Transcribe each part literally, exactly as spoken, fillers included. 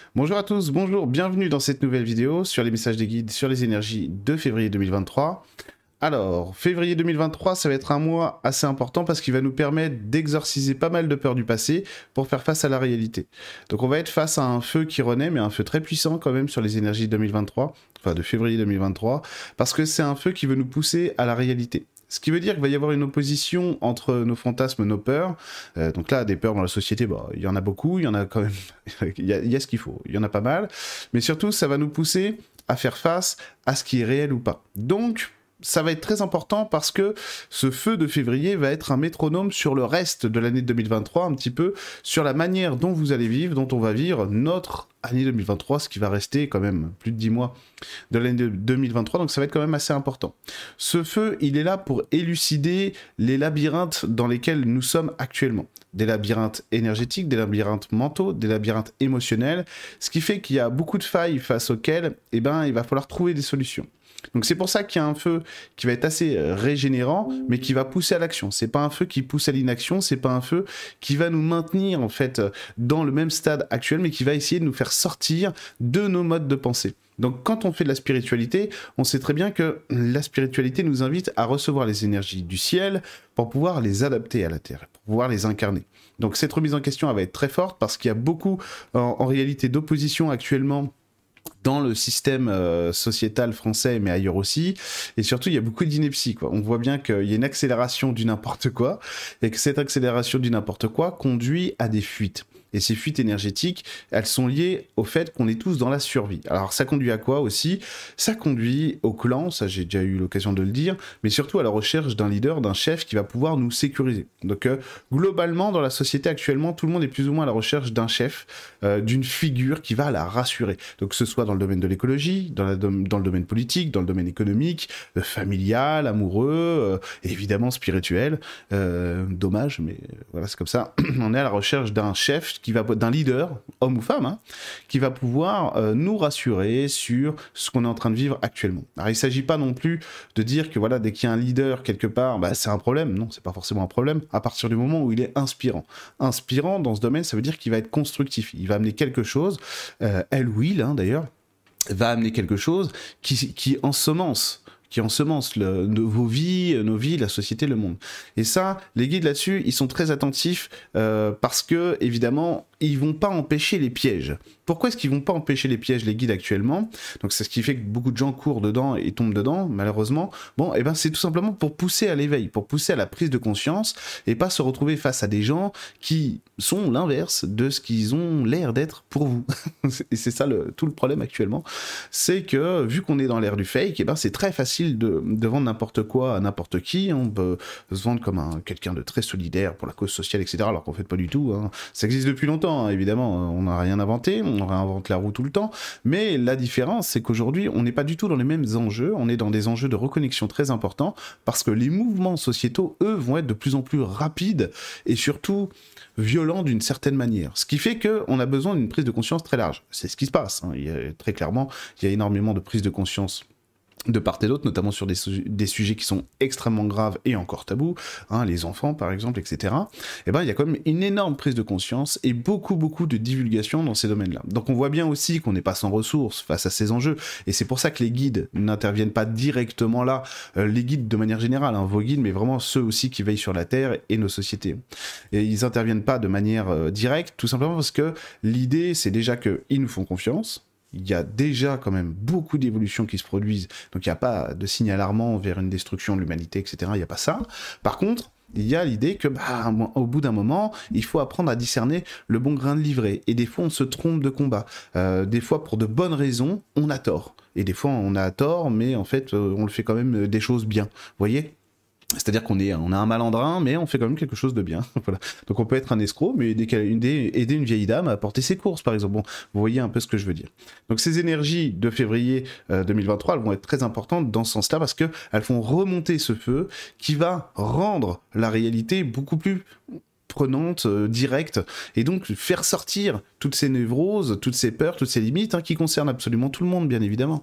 Bonjour à tous, bonjour, bienvenue dans cette nouvelle vidéo sur les messages des guides sur les énergies de février deux mille vingt-trois. Alors, février deux mille vingt-trois, ça va être un mois assez important parce qu'il va nous permettre d'exorciser pas mal de peurs du passé pour faire face à la réalité. Donc on va être face à un feu qui renaît, mais un feu très puissant quand même sur les énergies de deux mille vingt-trois, enfin de février deux mille vingt-trois, parce que c'est un feu qui veut nous pousser à la réalité. Ce qui veut dire qu'il va y avoir une opposition entre nos fantasmes, nos peurs. Euh, donc là, des peurs dans la société, bah, il y en a beaucoup, il y en a quand même, il y a, il y a ce qu'il faut, il y en a pas mal. Mais surtout, ça va nous pousser à faire face à ce qui est réel ou pas. Donc, ça va être très important parce que ce feu de février va être un métronome sur le reste de l'année deux mille vingt-trois, un petit peu sur la manière dont vous allez vivre, dont on va vivre notre année deux mille vingt-trois, ce qui va rester quand même plus de dix mois de l'année deux mille vingt-trois, donc ça va être quand même assez important. Ce feu, il est là pour élucider les labyrinthes dans lesquels nous sommes actuellement. Des labyrinthes énergétiques, des labyrinthes mentaux, des labyrinthes émotionnels, ce qui fait qu'il y a beaucoup de failles face auxquelles eh ben, il va falloir trouver des solutions. Donc c'est pour ça qu'il y a un feu qui va être assez régénérant, mais qui va pousser à l'action. C'est pas un feu qui pousse à l'inaction, c'est pas un feu qui va nous maintenir en fait dans le même stade actuel, mais qui va essayer de nous faire sortir de nos modes de pensée. Donc quand on fait de la spiritualité, on sait très bien que la spiritualité nous invite à recevoir les énergies du ciel pour pouvoir les adapter à la Terre, pour pouvoir les incarner. Donc cette remise en question elle va être très forte parce qu'il y a beaucoup en, en réalité d'opposition actuellement dans le système euh, sociétal français, mais ailleurs aussi, et surtout il y a beaucoup d'ineptie, quoi. On voit bien qu'il y a une accélération du n'importe quoi, et que cette accélération du n'importe quoi conduit à des fuites. Et ces fuites énergétiques, elles sont liées au fait qu'on est tous dans la survie. Alors ça conduit à quoi aussi? Ça conduit au clan, ça j'ai déjà eu l'occasion de le dire, mais surtout à la recherche d'un leader, d'un chef qui va pouvoir nous sécuriser. Donc euh, globalement, dans la société actuellement, tout le monde est plus ou moins à la recherche d'un chef, euh, d'une figure qui va la rassurer. Donc que ce soit dans le domaine de l'écologie, dans, la dom- dans le domaine politique, dans le domaine économique, euh, familial, amoureux, euh, et évidemment spirituel. Euh, dommage, mais euh, voilà, c'est comme ça. On est à la recherche d'un chef qui va d'un leader, homme ou femme, hein, qui va pouvoir euh, nous rassurer sur ce qu'on est en train de vivre actuellement. Alors il ne s'agit pas non plus de dire que voilà, dès qu'il y a un leader quelque part, bah, c'est un problème. Non, c'est pas forcément un problème, à partir du moment où il est inspirant. Inspirant dans ce domaine, ça veut dire qu'il va être constructif. Il va amener quelque chose, euh, elle ou il, hein, d'ailleurs, va amener quelque chose qui, qui ensemence qui ensemence le, de vos vies, nos vies, la société, le monde. Et ça, les guides là-dessus, ils sont très attentifs euh, parce que, évidemment, ils vont pas empêcher les pièges. Pourquoi est-ce qu'ils vont pas empêcher les pièges, les guides actuellement? Donc c'est ce qui fait que beaucoup de gens courent dedans et tombent dedans, malheureusement. Bon, et eh ben c'est tout simplement pour pousser à l'éveil, pour pousser à la prise de conscience et pas se retrouver face à des gens qui sont l'inverse de ce qu'ils ont l'air d'être pour vous. Et c'est ça le, tout le problème actuellement, c'est que vu qu'on est dans l'ère du fake, et eh ben c'est très facile de, de vendre n'importe quoi à n'importe qui. On peut se vendre comme un, quelqu'un de très solidaire pour la cause sociale, et cetera. Alors qu'en fait pas du tout. Hein. Ça existe depuis longtemps. Hein, évidemment, on n'a rien inventé, on réinvente la roue tout le temps, mais la différence, c'est qu'aujourd'hui, on n'est pas du tout dans les mêmes enjeux, on est dans des enjeux de reconnexion très importants, parce que les mouvements sociétaux, eux, vont être de plus en plus rapides, et surtout violents d'une certaine manière, ce qui fait qu'on a besoin d'une prise de conscience très large. C'est ce qui se passe, hein. Il y a, très clairement, il y a énormément de prise de conscience de part et d'autre, notamment sur des, su- des sujets qui sont extrêmement graves et encore tabous, hein, les enfants par exemple, et cetera. Et ben il y a quand même une énorme prise de conscience et beaucoup beaucoup de divulgation dans ces domaines-là. Donc on voit bien aussi qu'on n'est pas sans ressources face à ces enjeux, et c'est pour ça que les guides n'interviennent pas directement là, euh, les guides de manière générale, hein, vos guides, mais vraiment ceux aussi qui veillent sur la Terre et nos sociétés. Et ils interviennent pas de manière euh, directe, tout simplement parce que l'idée c'est déjà qu'ils nous font confiance. Il y a déjà quand même beaucoup d'évolutions qui se produisent, donc il n'y a pas de signe alarmant vers une destruction de l'humanité, et cetera. Il n'y a pas ça. Par contre, il y a l'idée que, bah, au bout d'un moment, il faut apprendre à discerner le bon grain de livret. Et des fois, on se trompe de combat. Euh, des fois, pour de bonnes raisons, on a tort. Et des fois, on a tort, mais en fait, on le fait quand même des choses bien. Vous voyez ? C'est-à-dire qu'on est, on a un malandrin, mais on fait quand même quelque chose de bien. Voilà. Donc on peut être un escroc, mais aider, aider, aider une vieille dame à porter ses courses, par exemple. Bon, vous voyez un peu ce que je veux dire. Donc ces énergies de février euh, deux mille vingt-trois, elles vont être très importantes dans ce sens-là, parce qu'elles font remonter ce feu qui va rendre la réalité beaucoup plus prenante, euh, directe, et donc faire sortir toutes ces névroses, toutes ces peurs, toutes ces limites, hein, qui concernent absolument tout le monde, bien évidemment,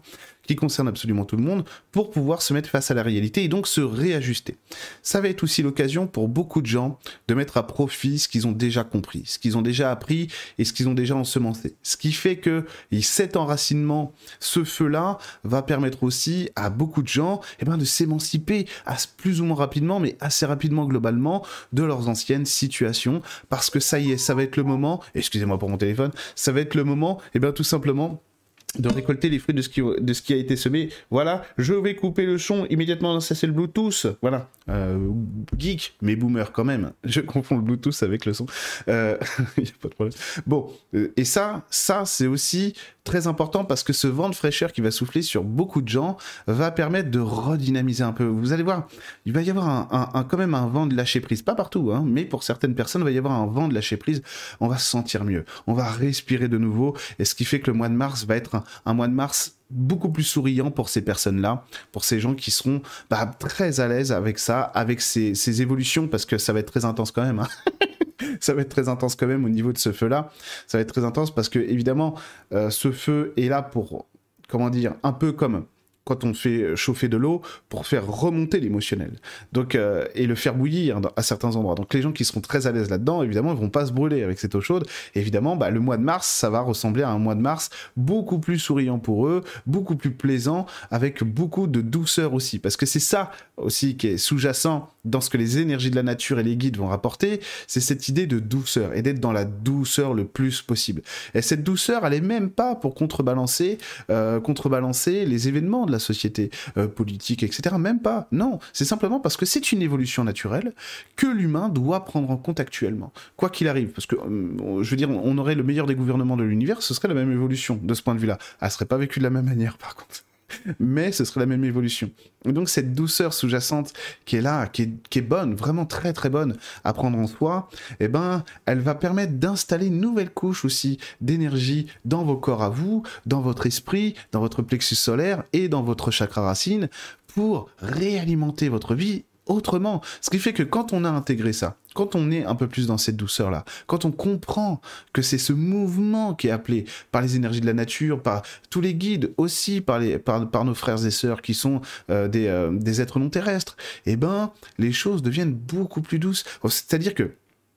qui concerne absolument tout le monde, pour pouvoir se mettre face à la réalité et donc se réajuster. Ça va être aussi l'occasion pour beaucoup de gens de mettre à profit ce qu'ils ont déjà compris, ce qu'ils ont déjà appris et ce qu'ils ont déjà ensemencé. Ce qui fait que cet enracinement, ce feu-là, va permettre aussi à beaucoup de gens eh ben, de s'émanciper plus ou moins rapidement, mais assez rapidement globalement, de leurs anciennes situations, parce que ça y est, ça va être le moment, excusez-moi pour mon téléphone, ça va être le moment, et bien tout simplement, de récolter les fruits de ce, qui, de ce qui a été semé. Voilà, je vais couper le son immédiatement, ça c'est le Bluetooth. Voilà, euh, geek, mais boomer quand même. Je confonds le Bluetooth avec le son. Il euh, n'y a pas de problème. Bon, euh, et ça, ça c'est aussi très important parce que ce vent de fraîcheur qui va souffler sur beaucoup de gens va permettre de redynamiser un peu. Vous allez voir, il va y avoir un, un, un, quand même un vent de lâcher prise. Pas partout, hein, mais pour certaines personnes, il va y avoir un vent de lâcher prise. On va se sentir mieux. On va respirer de nouveau. Et ce qui fait que le mois de mars va être un, un mois de mars beaucoup plus souriant pour ces personnes-là, pour ces gens qui seront bah, très à l'aise avec ça, avec ces, ces évolutions, parce que ça va être très intense quand même. Hein. Ça va être très intense quand même au niveau de ce feu-là. Ça va être très intense parce que, évidemment, euh, ce feu est là pour, comment dire, un peu comme quand on fait chauffer de l'eau pour faire remonter l'émotionnel. Donc, euh, et le faire bouillir à certains endroits. Donc les gens qui seront très à l'aise là-dedans, évidemment, ils vont pas se brûler avec cette eau chaude. Et évidemment, bah, le mois de mars, ça va ressembler à un mois de mars beaucoup plus souriant pour eux, beaucoup plus plaisant, avec beaucoup de douceur aussi. Parce que c'est ça aussi qui est sous-jacent dans ce que les énergies de la nature et les guides vont rapporter, c'est cette idée de douceur, et d'être dans la douceur le plus possible. Et cette douceur, elle est même pas pour contrebalancer, euh, contrebalancer les événements de la société euh, politique, et cetera. Même pas. Non, c'est simplement parce que c'est une évolution naturelle que l'humain doit prendre en compte actuellement. Quoi qu'il arrive, parce que, euh, je veux dire, on aurait le meilleur des gouvernements de l'univers, ce serait la même évolution de ce point de vue-là. Elle serait pas vécue de la même manière, par contre. Mais ce serait la même évolution. Et donc cette douceur sous-jacente qui est là, qui est, qui est bonne, vraiment très très bonne à prendre en soi, eh ben, elle va permettre d'installer une nouvelle couche aussi d'énergie dans vos corps à vous, dans votre esprit, dans votre plexus solaire et dans votre chakra racine pour réalimenter votre vie autrement. Ce qui fait que quand on a intégré ça, quand on est un peu plus dans cette douceur-là, quand on comprend que c'est ce mouvement qui est appelé par les énergies de la nature, par tous les guides, aussi par, les, par, par nos frères et sœurs qui sont euh, des, euh, des êtres non terrestres, eh ben, les choses deviennent beaucoup plus douces. C'est-à-dire que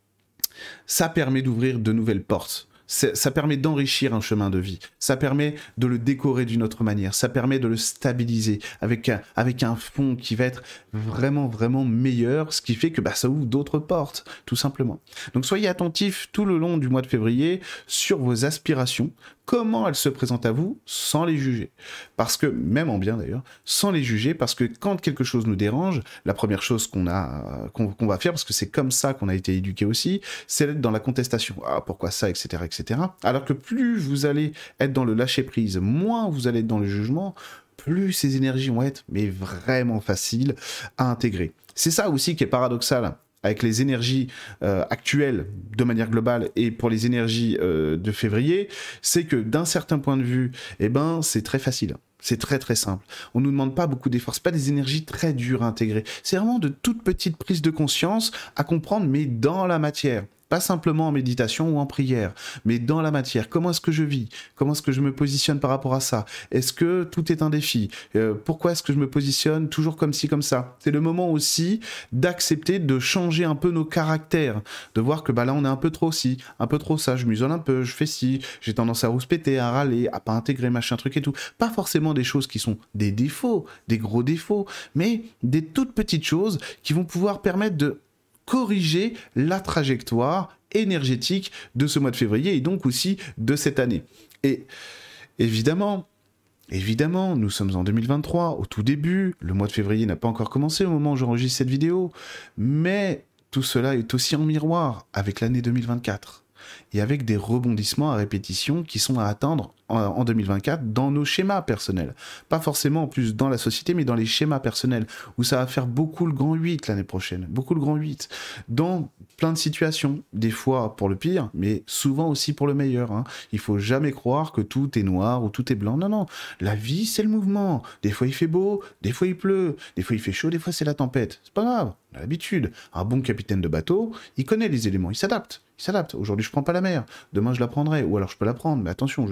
ça permet d'ouvrir de nouvelles portes. Ça permet d'enrichir un chemin de vie, ça permet de le décorer d'une autre manière, ça permet de le stabiliser avec un, avec un fond qui va être vraiment, vraiment meilleur, ce qui fait que bah, ça ouvre d'autres portes, tout simplement. Donc soyez attentifs tout le long du mois de février sur vos aspirations, comment elles se présentent à vous, sans les juger. Parce que, même en bien d'ailleurs, sans les juger, parce que quand quelque chose nous dérange, la première chose qu'on a, qu'on, qu'on va faire, parce que c'est comme ça qu'on a été éduqué aussi, c'est d'être dans la contestation. Ah, pourquoi ça, et cetera, et cetera. Alors que plus vous allez être dans le lâcher-prise, moins vous allez être dans le jugement, plus ces énergies vont être mais vraiment faciles à intégrer. C'est ça aussi qui est paradoxal avec les énergies euh, actuelles de manière globale et pour les énergies euh, de février, c'est que d'un certain point de vue, eh ben, c'est très facile. C'est très très simple. On ne nous demande pas beaucoup d'efforts. C'est pas des énergies très dures à intégrer. C'est vraiment de toutes petites prises de conscience à comprendre, mais dans la matière. Pas simplement en méditation ou en prière, mais dans la matière. Comment est-ce que je vis? Comment est-ce que je me positionne par rapport à ça? Est-ce que tout est un défi? euh, Pourquoi est-ce que je me positionne toujours comme ci, comme ça? C'est le moment aussi d'accepter de changer un peu nos caractères, de voir que bah là on est un peu trop ci, un peu trop ça, je m'isole un peu, je fais ci, j'ai tendance à rouspéter, à râler, à pas intégrer machin truc et tout. Pas forcément des choses qui sont des défauts, des gros défauts, mais des toutes petites choses qui vont pouvoir permettre de corriger la trajectoire énergétique de ce mois de février et donc aussi de cette année. Et évidemment, évidemment, nous sommes en deux mille vingt-trois, au tout début, le mois de février n'a pas encore commencé au moment où j'enregistre cette vidéo, mais tout cela est aussi en miroir avec l'année deux mille vingt-quatre. Et avec des rebondissements à répétition qui sont à atteindre en deux mille vingt-quatre dans nos schémas personnels. Pas forcément en plus dans la société, mais dans les schémas personnels, où ça va faire beaucoup le grand huit l'année prochaine, beaucoup le grand huit, dans plein de situations, des fois pour le pire, mais souvent aussi pour le meilleur. Hein. Il faut jamais croire que tout est noir ou tout est blanc. Non, non, la vie c'est le mouvement. Des fois il fait beau, des fois il pleut, des fois il fait chaud, des fois c'est la tempête. C'est pas grave, on a l'habitude. Un bon capitaine de bateau, il connaît les éléments, il s'adapte. Il s'adapte. Aujourd'hui je prends pas la mer, demain je la prendrai, ou alors je peux la prendre, mais attention, je sais qu'il faut faire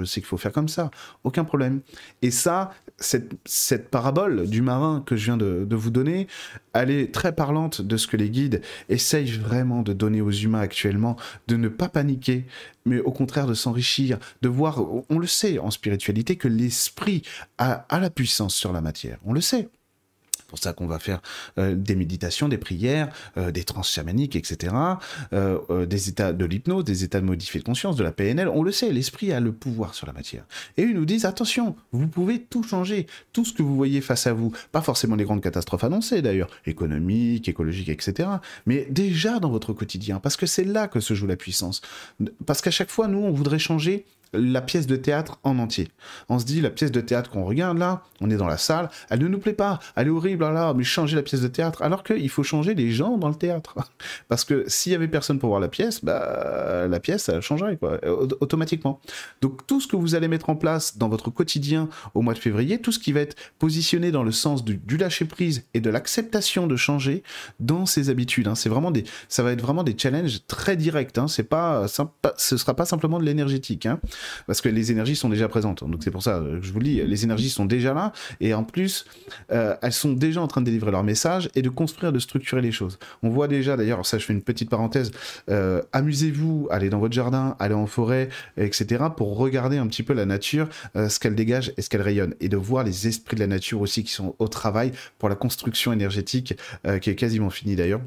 faire comme ça, aucun problème. Et ça, cette, cette parabole du marin que je viens de, de vous donner, elle est très parlante de ce que les guides essayent vraiment de donner aux humains actuellement, de ne pas paniquer, mais au contraire de s'enrichir, de voir, on le sait en spiritualité, que l'esprit a, a la puissance sur la matière, on le sait. C'est pour ça qu'on va faire euh, des méditations, des prières, euh, des trans chamaniques, et cetera, euh, euh, des états de l'hypnose, des états de modifier de conscience, de la P N L. On le sait, l'esprit a le pouvoir sur la matière. Et ils nous disent, attention, vous pouvez tout changer. Tout ce que vous voyez face à vous, pas forcément les grandes catastrophes annoncées d'ailleurs, économiques, écologiques, et cetera, mais déjà dans votre quotidien, parce que c'est là que se joue la puissance. Parce qu'à chaque fois, nous, on voudrait changer la pièce de théâtre en entier. On se dit, la pièce de théâtre qu'on regarde là, on est dans la salle, elle ne nous plaît pas, elle est horrible, là, là, mais changer la pièce de théâtre, alors qu'il faut changer les gens dans le théâtre. Parce que s'il y avait personne pour voir la pièce, bah, la pièce, elle changerait, quoi, automatiquement. Donc, tout ce que vous allez mettre en place dans votre quotidien au mois de février, tout ce qui va être positionné dans le sens du, du lâcher-prise et de l'acceptation de changer dans ses habitudes, hein, c'est vraiment des, ça va être vraiment des challenges très directs, hein, c'est pas, sympa, ce sera pas simplement de l'énergétique, hein, parce que les énergies sont déjà présentes. Donc c'est pour ça que je vous le dis, les énergies sont déjà là, et en plus, euh, elles sont déjà en train de délivrer leur message et de construire, de structurer les choses. On voit déjà, d'ailleurs, ça je fais une petite parenthèse, euh, amusez-vous, allez dans votre jardin, allez en forêt, et cetera, pour regarder un petit peu la nature, euh, ce qu'elle dégage et ce qu'elle rayonne, et de voir les esprits de la nature aussi qui sont au travail pour la construction énergétique, euh, qui est quasiment finie d'ailleurs,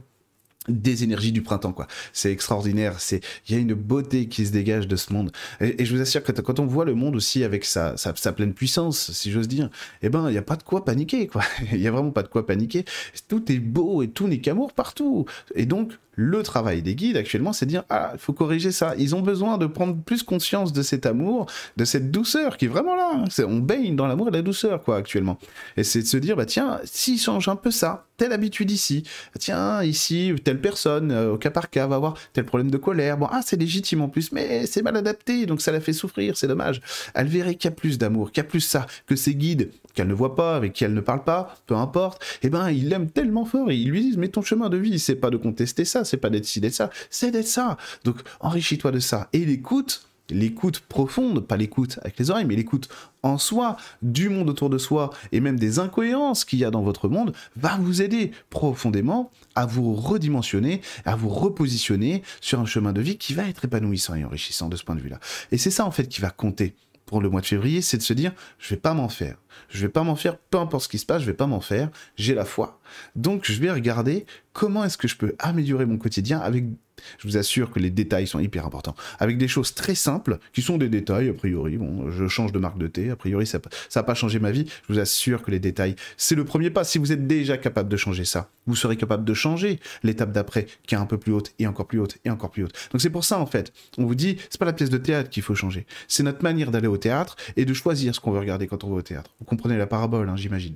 des énergies du printemps, quoi. C'est extraordinaire, c'est, il y a une beauté qui se dégage de ce monde. Et, et je vous assure que quand on voit le monde aussi avec sa, sa, sa pleine puissance, si j'ose dire, eh ben, il n'y a pas de quoi paniquer, quoi. Il n'y a vraiment pas de quoi paniquer. Tout est beau et tout n'est qu'amour partout. Et donc, le travail des guides actuellement, c'est de dire, ah, il faut corriger ça. Ils ont besoin de prendre plus conscience de cet amour, de cette douceur qui est vraiment là. C'est, on baigne dans l'amour et la douceur, quoi, actuellement. Et c'est de se dire, bah tiens, s'ils changent un peu ça, telle habitude ici, tiens, ici, telle personne, euh, au cas par cas, va avoir tel problème de colère. Bon, ah, c'est légitime en plus, mais c'est mal adapté, donc ça la fait souffrir, c'est dommage. Elle verrait qu'il y a plus d'amour, qu'il y a plus ça, que ces guides, qu'elle ne voit pas, avec qui elle ne parle pas, peu importe, eh ben, ils l'aiment tellement fort et ils lui disent, mais ton chemin de vie, c'est pas de contester ça, c'est pas d'être ci, d'être ça, c'est d'être ça. Donc, enrichis-toi de ça. Et l'écoute, l'écoute profonde, pas l'écoute avec les oreilles, mais l'écoute en soi, du monde autour de soi, et même des incohérences qu'il y a dans votre monde, va vous aider profondément à vous redimensionner, à vous repositionner sur un chemin de vie qui va être épanouissant et enrichissant de ce point de vue-là. Et c'est ça, en fait, qui va compter pour le mois de février, c'est de se dire, je vais pas m'en faire. Je vais pas m'en faire, peu importe ce qui se passe, je vais pas m'en faire, j'ai la foi. Donc, je vais regarder comment est-ce que je peux améliorer mon quotidien avec, je vous assure que les détails sont hyper importants, avec des choses très simples, qui sont des détails, a priori, bon, je change de marque de thé, a priori, ça n'a pas changé ma vie, je vous assure que les détails, c'est le premier pas. Si vous êtes déjà capable de changer ça, vous serez capable de changer l'étape d'après, qui est un peu plus haute, et encore plus haute, et encore plus haute. Donc c'est pour ça, en fait, on vous dit, c'est pas la pièce de théâtre qu'il faut changer, c'est notre manière d'aller au théâtre, et de choisir ce qu'on veut regarder quand on va au théâtre. Vous comprenez la parabole, hein, j'imagine.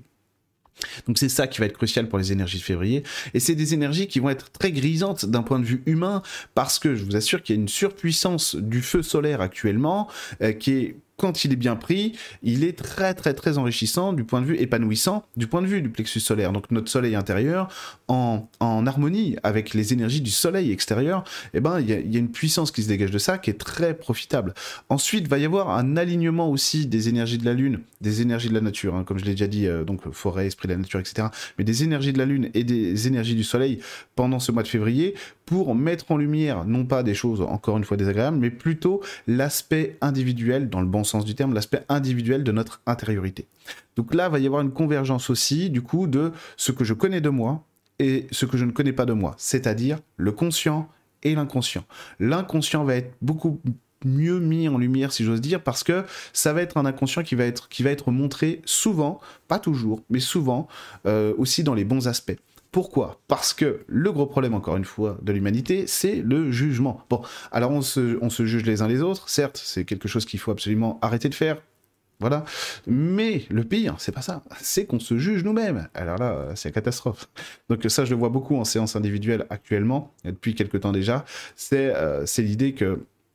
Donc c'est ça qui va être crucial pour les énergies de février, et c'est des énergies qui vont être très grisantes d'un point de vue humain, parce que je vous assure qu'il y a une surpuissance du feu solaire actuellement, euh, qui est, quand il est bien pris, il est très très très enrichissant du point de vue épanouissant, du point de vue du plexus solaire, donc notre soleil intérieur, en, en harmonie avec les énergies du soleil extérieur, eh ben, il y a, y a une puissance qui se dégage de ça qui est très profitable. Ensuite, il va y avoir un alignement aussi des énergies de la Lune, des énergies de la nature, hein, comme je l'ai déjà dit, euh, donc forêt, esprit de la nature, et cetera, mais des énergies de la Lune et des énergies du soleil pendant ce mois de février, pour mettre en lumière, non pas des choses encore une fois désagréables, mais plutôt l'aspect individuel, dans le bon sens du terme, l'aspect individuel de notre intériorité. Donc là, il va y avoir une convergence aussi, du coup, de ce que je connais de moi et ce que je ne connais pas de moi, c'est-à-dire le conscient et l'inconscient. L'inconscient va être beaucoup mieux mis en lumière, si j'ose dire, parce que ça va être un inconscient qui va être, qui va être montré souvent, pas toujours, mais souvent, euh, aussi dans les bons aspects. Pourquoi ? Parce que le gros problème, encore une fois, de l'humanité, c'est le jugement. Bon, alors on se, on se juge les uns les autres, certes, c'est quelque chose qu'il faut absolument arrêter de faire, voilà. Mais le pire, c'est pas ça, c'est qu'on se juge nous-mêmes. Alors là, c'est la catastrophe. Donc ça, je le vois beaucoup en séance individuelle actuellement, depuis quelques temps déjà, c'est, euh, c'est l'idée que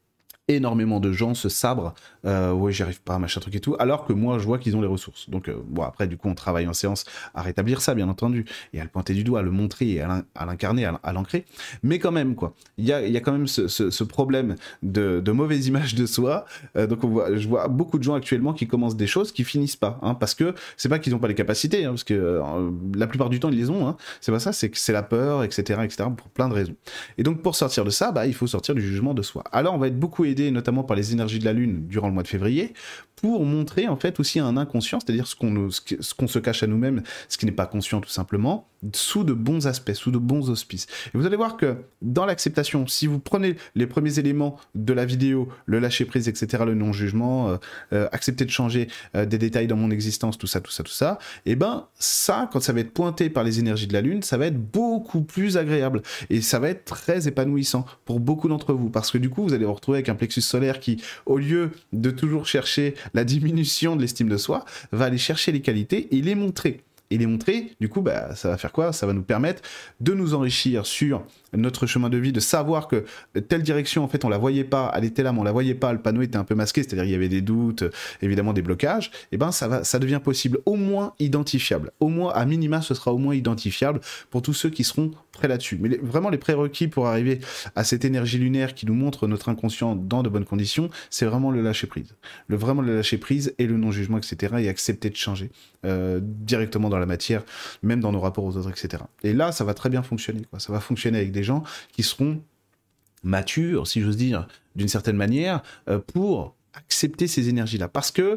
énormément de gens se sabrent, euh, ouais j'y arrive pas, machin truc et tout, alors que moi je vois qu'ils ont les ressources. Donc euh, bon après du coup on travaille en séance à rétablir ça bien entendu, et à le pointer du doigt, à le montrer, et à l'incarner, à l'ancrer, mais quand même quoi, il y a, y a quand même ce, ce, ce problème de, de mauvaise image de soi, euh, donc on voit, je vois beaucoup de gens actuellement qui commencent des choses qui finissent pas, hein, parce que c'est pas qu'ils ont pas les capacités, hein, parce que euh, la plupart du temps ils les ont, hein, c'est pas ça, c'est que c'est la peur, etc., etc., pour plein de raisons. Et donc pour sortir de ça, bah, il faut sortir du jugement de soi. Alors on va être beaucoup aidé notamment par les énergies de la Lune durant le mois de février, pour montrer en fait aussi un inconscient, c'est-à-dire ce qu'on ce qu'on se cache à nous-mêmes, ce qui n'est pas conscient tout simplement, sous de bons aspects, sous de bons auspices. Et vous allez voir que dans l'acceptation, si vous prenez les premiers éléments de la vidéo, le lâcher-prise, et cetera, le non-jugement, euh, euh, accepter de changer euh, des détails dans mon existence, tout ça, tout ça, tout ça, et ben ça, quand ça va être pointé par les énergies de la Lune, ça va être beaucoup plus agréable. Et ça va être très épanouissant pour beaucoup d'entre vous, parce que du coup, vous allez vous retrouver avec un plexus solaire qui, au lieu de toujours chercher la diminution de l'estime de soi, va aller chercher les qualités et les montrer. Et les montrer, du coup, bah, ça va faire quoi? Ça va nous permettre de nous enrichir sur notre chemin de vie, de savoir que telle direction, en fait, on la voyait pas, elle était là, mais on la voyait pas, le panneau était un peu masqué, c'est-à-dire il y avait des doutes, évidemment des blocages, et ben ça va, ça devient possible, au moins identifiable. Au moins, à minima, ce sera au moins identifiable pour tous ceux qui seront prêts là-dessus. Mais les, vraiment, les prérequis pour arriver à cette énergie lunaire qui nous montre notre inconscient dans de bonnes conditions, c'est vraiment le lâcher-prise. Le, vraiment le lâcher-prise et le non-jugement, et cetera, et accepter de changer euh, directement dans la matière, même dans nos rapports aux autres, et cetera. Et là, ça va très bien fonctionner, quoi. Ça va fonctionner avec des gens qui seront matures, si j'ose dire, d'une certaine manière, euh, pour accepter ces énergies-là. Parce que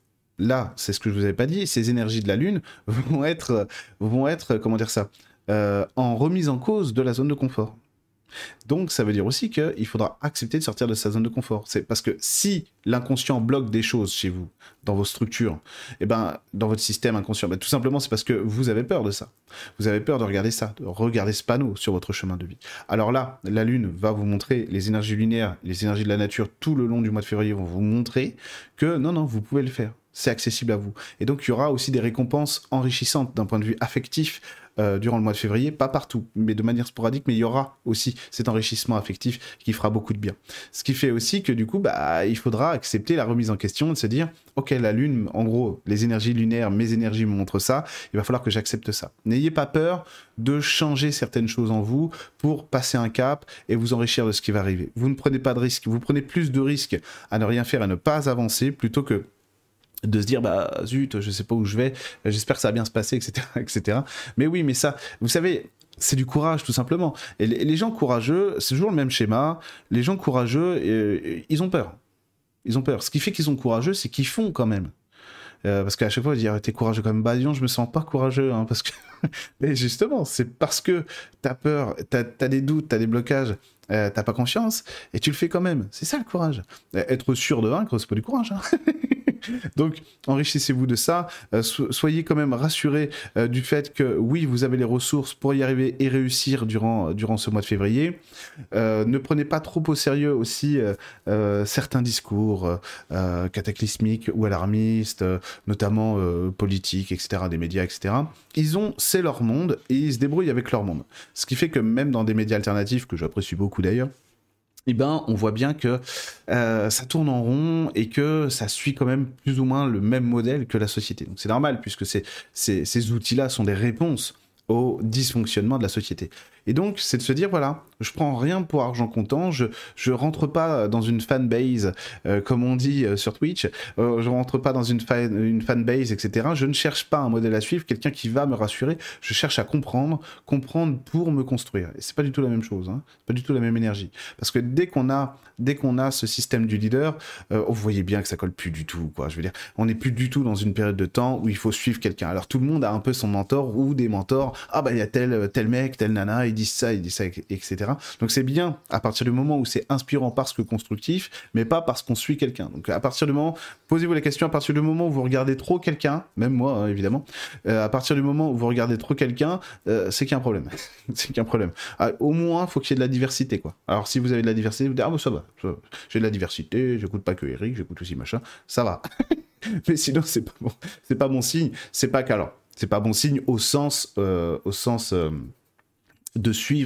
là, c'est ce que je vous avais pas dit, ces énergies de la Lune vont être, vont être comment dire ça, euh, en remise en cause de la zone de confort. Donc ça veut dire aussi qu'il faudra accepter de sortir de sa zone de confort. C'est parce que si l'inconscient bloque des choses chez vous, dans vos structures, et ben, dans votre système inconscient, ben, tout simplement c'est parce que vous avez peur de ça. Vous avez peur de regarder ça, de regarder ce panneau sur votre chemin de vie. Alors là, la Lune va vous montrer, les énergies lunaires, les énergies de la nature, tout le long du mois de février vont vous montrer que non, non, vous pouvez le faire. C'est accessible à vous. Et donc il y aura aussi des récompenses enrichissantes d'un point de vue affectif euh, durant le mois de février, pas partout, mais de manière sporadique, mais il y aura aussi cet enrichissement affectif qui fera beaucoup de bien. Ce qui fait aussi que du coup, bah, il faudra accepter la remise en question, de se dire, ok, la Lune, en gros, les énergies lunaires, mes énergies me montrent ça, il va falloir que j'accepte ça. N'ayez pas peur de changer certaines choses en vous pour passer un cap et vous enrichir de ce qui va arriver. Vous ne prenez pas de risques, vous prenez plus de risques à ne rien faire, à ne pas avancer, plutôt que de se dire bah zut, je sais pas où je vais, j'espère que ça va bien se passer, etc., etc. Mais oui, mais ça, vous savez, c'est du courage tout simplement. Et les, les gens courageux, c'est toujours le même schéma. Les gens courageux, euh, ils ont peur. Ils ont peur. Ce qui fait qu'ils sont courageux, c'est qu'ils font quand même. Euh, parce qu'à chaque fois, je dis, t'es courageux quand même. Bah, disons, je me sens pas courageux, hein, parce que. Mais justement, c'est parce que t'as peur, t'as, t'as des doutes, t'as des blocages, euh, t'as pas confiance, et tu le fais quand même. C'est ça le courage. Euh, être sûr de vaincre, c'est pas du courage, hein. Donc, enrichissez-vous de ça. Euh, so- soyez quand même rassurés euh, du fait que, oui, vous avez les ressources pour y arriver et réussir durant, durant ce mois de février. Euh, ne prenez pas trop au sérieux aussi euh, euh, certains discours euh, cataclysmiques ou alarmistes, euh, notamment euh, politiques, et cetera, des médias, et cetera. Ils ont, c'est leur monde, et ils se débrouillent avec leur monde. Ce qui fait que même dans des médias alternatifs, que j'apprécie beaucoup d'ailleurs, eh ben, on voit bien que euh, ça tourne en rond et que ça suit quand même plus ou moins le même modèle que la société. Donc c'est normal, puisque ces, ces, ces outils-là sont des réponses au dysfonctionnement de la société. Et donc, c'est de se dire, voilà, je prends rien pour argent comptant, je, je rentre pas dans une fanbase, euh, comme on dit euh, sur Twitch, euh, je rentre pas dans une, fan, une fanbase, et cetera. Je ne cherche pas un modèle à suivre, quelqu'un qui va me rassurer, je cherche à comprendre, comprendre pour me construire. Et c'est pas du tout la même chose, hein. C'est pas du tout la même énergie. Parce que dès qu'on a, dès qu'on a ce système du leader, euh, vous voyez bien que ça colle plus du tout, quoi. Je veux dire, on n'est plus du tout dans une période de temps où il faut suivre quelqu'un. Alors tout le monde a un peu son mentor ou des mentors. Ah bah il y a tel, tel mec, tel nana, il dit ça, il dit ça, et cetera. Donc c'est bien à partir du moment où c'est inspirant parce que constructif, mais pas parce qu'on suit quelqu'un. Donc à partir du moment, posez-vous la question, à partir du moment où vous regardez trop quelqu'un, même moi hein, évidemment, euh, à partir du moment où vous regardez trop quelqu'un, euh, c'est qu'il y a un problème. c'est qu'il y a un problème. Ah, au moins, il faut qu'il y ait de la diversité, quoi. Alors si vous avez de la diversité, vous dites ah bah ça va, ça va. J'ai de la diversité, j'écoute pas que Eric, j'écoute aussi machin, ça va. Mais sinon c'est pas bon, c'est pas bon signe, c'est pas qu'alors. C'est pas bon signe au sens, euh, au sens euh, de suivre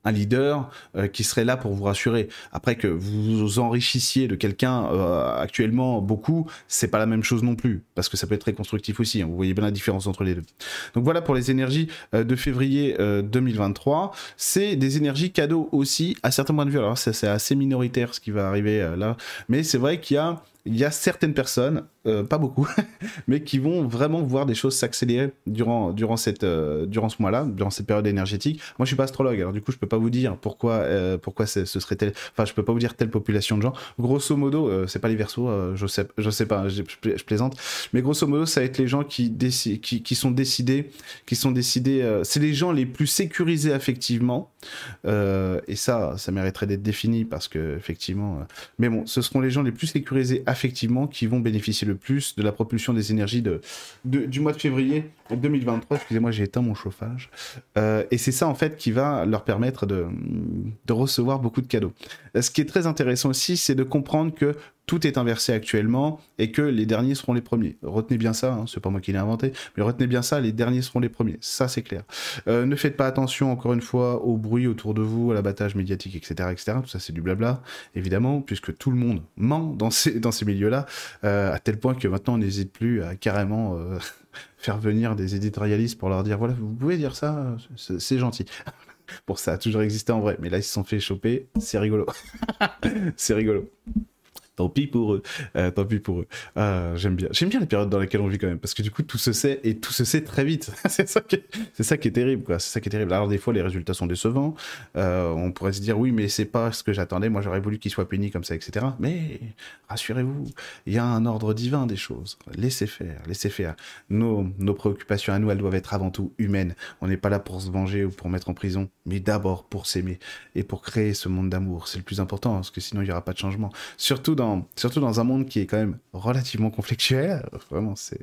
un leader euh, qui serait là pour vous rassurer. Après que vous vous enrichissiez de quelqu'un euh, actuellement beaucoup, c'est pas la même chose non plus, parce que ça peut être très constructif aussi, hein, vous voyez bien la différence entre les deux. Donc voilà pour les énergies euh, de février euh, deux mille vingt-trois, c'est des énergies cadeaux aussi, à certains points de vue, alors c'est assez minoritaire ce qui va arriver euh, là, mais c'est vrai qu'il y a il y a certaines personnes, euh, pas beaucoup, mais qui vont vraiment voir des choses s'accélérer durant, durant, cette, euh, durant ce mois-là, durant cette période énergétique. Moi, je suis pas astrologue, alors du coup, je peux pas vous dire pourquoi, euh, pourquoi ce serait tel... Enfin, je peux pas vous dire telle population de gens. Grosso modo, euh, c'est pas les Verseaux, euh, je sais, je sais pas, je, je plaisante, mais grosso modo, ça va être les gens qui, déci... qui, qui sont décidés, qui sont décidés... Euh, c'est les gens les plus sécurisés affectivement, euh, et ça, ça mériterait d'être défini, parce que, effectivement... Euh... Mais bon, ce seront les gens les plus sécurisés affectivement qui vont bénéficier le plus de la propulsion des énergies de, de, du mois de février deux mille vingt-trois. Excusez-moi, j'ai éteint mon chauffage. Euh, et c'est ça, en fait, qui va leur permettre de, de recevoir beaucoup de cadeaux. Ce qui est très intéressant aussi, c'est de comprendre que tout est inversé actuellement et que les derniers seront les premiers. Retenez bien ça, hein, c'est pas moi qui l'ai inventé, mais retenez bien ça, les derniers seront les premiers. Ça, c'est clair. Euh, ne faites pas attention, encore une fois, au bruit autour de vous, à l'abattage médiatique, et cetera, et cetera. Tout ça, c'est du blabla, évidemment, puisque tout le monde ment dans ces, dans ces milieux-là, euh, à tel point que maintenant, on n'hésite plus à carrément euh, faire venir des éditorialistes pour leur dire, voilà, vous pouvez dire ça, c'est gentil. Pour ça a toujours existé en vrai, mais là, ils se sont fait choper, c'est rigolo. C'est rigolo. Tant pis pour eux, euh, tant pis pour eux. Ah, j'aime bien, j'aime bien les périodes dans lesquelles on vit quand même, parce que du coup tout se sait et tout se sait très vite. c'est ça qui est, c'est ça qui est terrible, quoi. C'est ça qui est terrible. Alors des fois les résultats sont décevants. Euh, on pourrait se dire oui, mais c'est pas ce que j'attendais. Moi j'aurais voulu qu'il soit puni comme ça, et cetera. Mais rassurez-vous, il y a un ordre divin des choses. Laissez faire, laissez faire. Nos, nos préoccupations à nous, elles doivent être avant tout humaines. On n'est pas là pour se venger ou pour mettre en prison, mais d'abord pour s'aimer et pour créer ce monde d'amour. C'est le plus important, parce que sinon il y aura pas de changement. Surtout dans Dans, surtout dans un monde qui est quand même relativement conflictuel, vraiment c'est...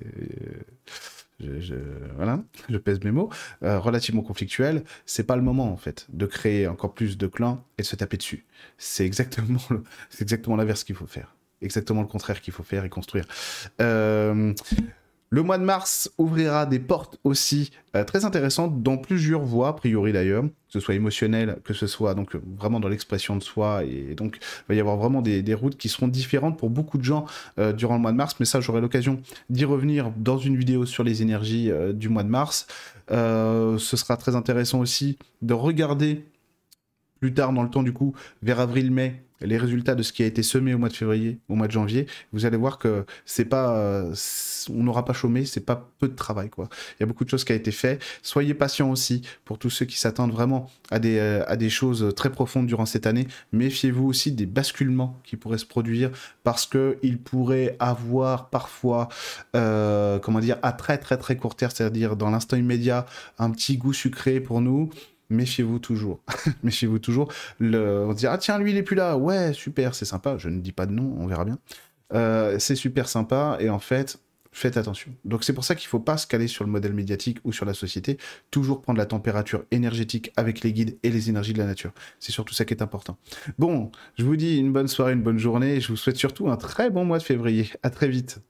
Je, je, voilà, je pèse mes mots, euh, relativement conflictuel, c'est pas le moment en fait de créer encore plus de clans et de se taper dessus. C'est exactement, le, c'est exactement l'inverse qu'il faut faire. Exactement le contraire qu'il faut faire et construire. Euh... Le mois de mars ouvrira des portes aussi euh, très intéressantes dans plusieurs voies, a priori d'ailleurs, que ce soit émotionnel, que ce soit donc vraiment dans l'expression de soi, et donc il va y avoir vraiment des, des routes qui seront différentes pour beaucoup de gens euh, durant le mois de mars, mais ça j'aurai l'occasion d'y revenir dans une vidéo sur les énergies euh, du mois de mars. Euh, ce sera très intéressant aussi de regarder plus tard dans le temps du coup, vers avril-mai, les résultats de ce qui a été semé au mois de février, au mois de janvier, vous allez voir que c'est pas, euh, on n'aura pas chômé, c'est pas peu de travail quoi. Il y a beaucoup de choses qui a été fait. Soyez patients aussi pour tous ceux qui s'attendent vraiment à des, euh, à des choses très profondes durant cette année. Méfiez-vous aussi des basculements qui pourraient se produire parce que il pourrait avoir parfois, euh, comment dire, à très très très court terme, c'est-à-dire dans l'instant immédiat, un petit goût sucré pour nous. Méfiez-vous toujours, méfiez-vous toujours. Le... On se dit, ah tiens, lui il est plus là, ouais, super, c'est sympa, je ne dis pas de nom, on verra bien. Euh, c'est super sympa, et en fait, faites attention. Donc c'est pour ça qu'il ne faut pas se caler sur le modèle médiatique ou sur la société, toujours prendre la température énergétique avec les guides et les énergies de la nature. C'est surtout ça qui est important. Bon, je vous dis une bonne soirée, une bonne journée, et je vous souhaite surtout un très bon mois de février. À très vite.